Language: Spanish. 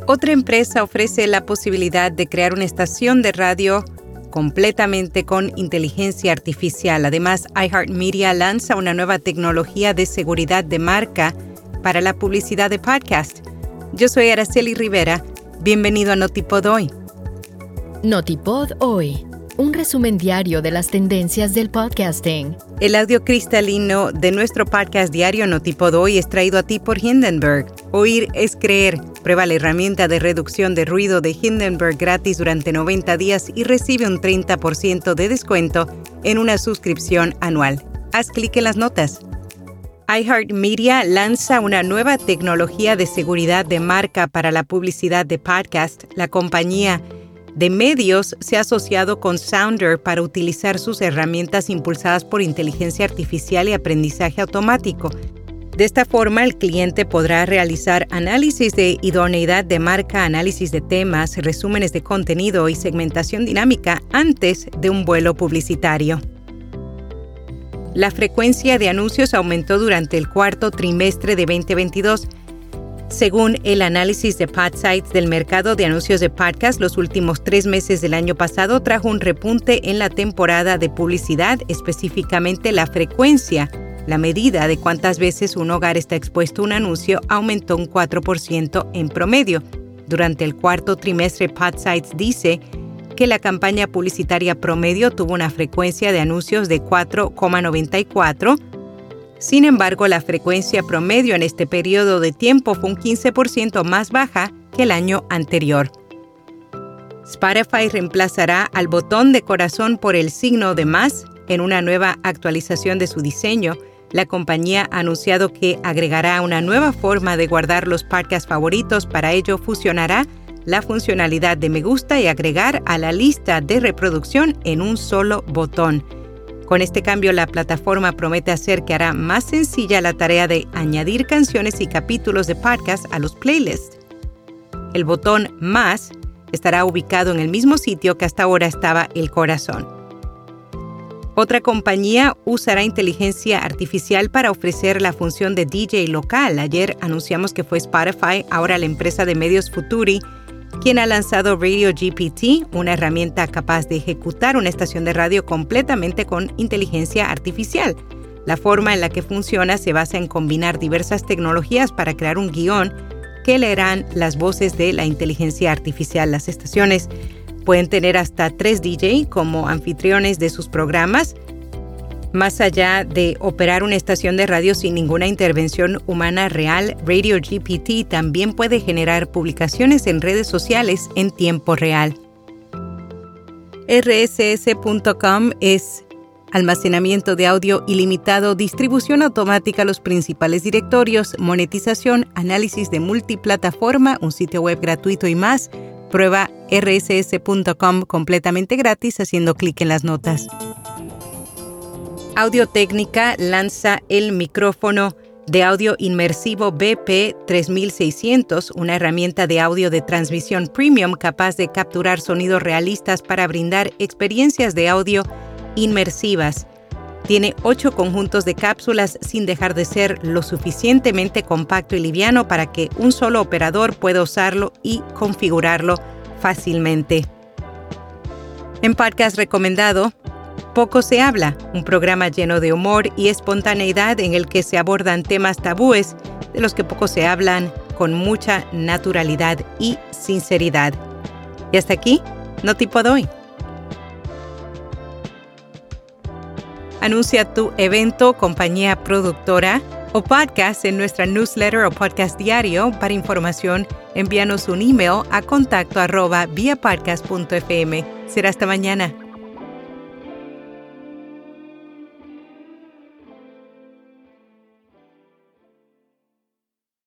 Otra empresa ofrece la posibilidad de crear una estación de radio completamente con inteligencia artificial. Además, iHeartMedia lanza una nueva tecnología de seguridad de marca para la publicidad de podcast. Yo soy Araceli Rivera. Bienvenido a Notipod Hoy. Notipod Hoy, un resumen diario de las tendencias del podcasting. El audio cristalino de nuestro podcast diario Notipod Hoy es traído a ti por Hindenburg. Oír es creer. Prueba la herramienta de reducción de ruido de Hindenburg gratis durante 90 días y recibe un 30% de descuento en una suscripción anual. Haz clic en las notas. iHeartMedia lanza una nueva tecnología de seguridad de marca para la publicidad de podcast. La compañía de medios se ha asociado con Sounder para utilizar sus herramientas impulsadas por inteligencia artificial y aprendizaje automático. De esta forma, el cliente podrá realizar análisis de idoneidad de marca, análisis de temas, resúmenes de contenido y segmentación dinámica antes de un vuelo publicitario. La frecuencia de anuncios aumentó durante el cuarto trimestre de 2022. Según el análisis de Podsights del mercado de anuncios de podcast, los últimos 3 meses del año pasado trajo un repunte en la temporada de publicidad, específicamente la frecuencia. La medida de cuántas veces un hogar está expuesto a un anuncio aumentó un 4% en promedio. Durante el cuarto trimestre, Podsights dice que la campaña publicitaria promedio tuvo una frecuencia de anuncios de 4,94. Sin embargo, la frecuencia promedio en este periodo de tiempo fue un 15% más baja que el año anterior. Spotify reemplazará al botón de corazón por el signo de más en una nueva actualización de su diseño. La compañía ha anunciado que agregará una nueva forma de guardar los podcasts favoritos. Para ello, fusionará la funcionalidad de me gusta y agregar a la lista de reproducción en un solo botón. Con este cambio, la plataforma promete hacer que hará más sencilla la tarea de añadir canciones y capítulos de podcast a los playlists. El botón más estará ubicado en el mismo sitio que hasta ahora estaba el corazón. Otra compañía usará inteligencia artificial para ofrecer la función de DJ local. Ayer anunciamos que fue Spotify, ahora la empresa de medios Futuri, quien ha lanzado Radio GPT, una herramienta capaz de ejecutar una estación de radio completamente con inteligencia artificial. La forma en la que funciona se basa en combinar diversas tecnologías para crear un guión que leerán las voces de la inteligencia artificial. Las estaciones pueden tener hasta 3 DJ como anfitriones de sus programas. Más allá de operar una estación de radio sin ninguna intervención humana real, Radio GPT también puede generar publicaciones en redes sociales en tiempo real. RSS.com es almacenamiento de audio ilimitado, distribución automática a los principales directorios, monetización, análisis de multiplataforma, un sitio web gratuito y más. Prueba rss.com completamente gratis haciendo clic en las notas. Audio-Técnica lanza el micrófono de audio inmersivo BP3600, una herramienta de audio de transmisión premium capaz de capturar sonidos realistas para brindar experiencias de audio inmersivas. Tiene 8 conjuntos de cápsulas sin dejar de ser lo suficientemente compacto y liviano para que un solo operador pueda usarlo y configurarlo fácilmente. En podcast recomendado, Poco se habla, un programa lleno de humor y espontaneidad en el que se abordan temas tabúes de los que poco se hablan con mucha naturalidad y sinceridad. Y hasta aquí, Notipod Hoy. Anuncia tu evento, compañía productora o podcast en nuestra newsletter o podcast diario. Para información, envíanos un email a contacto@viapodcast.fm. Será hasta mañana.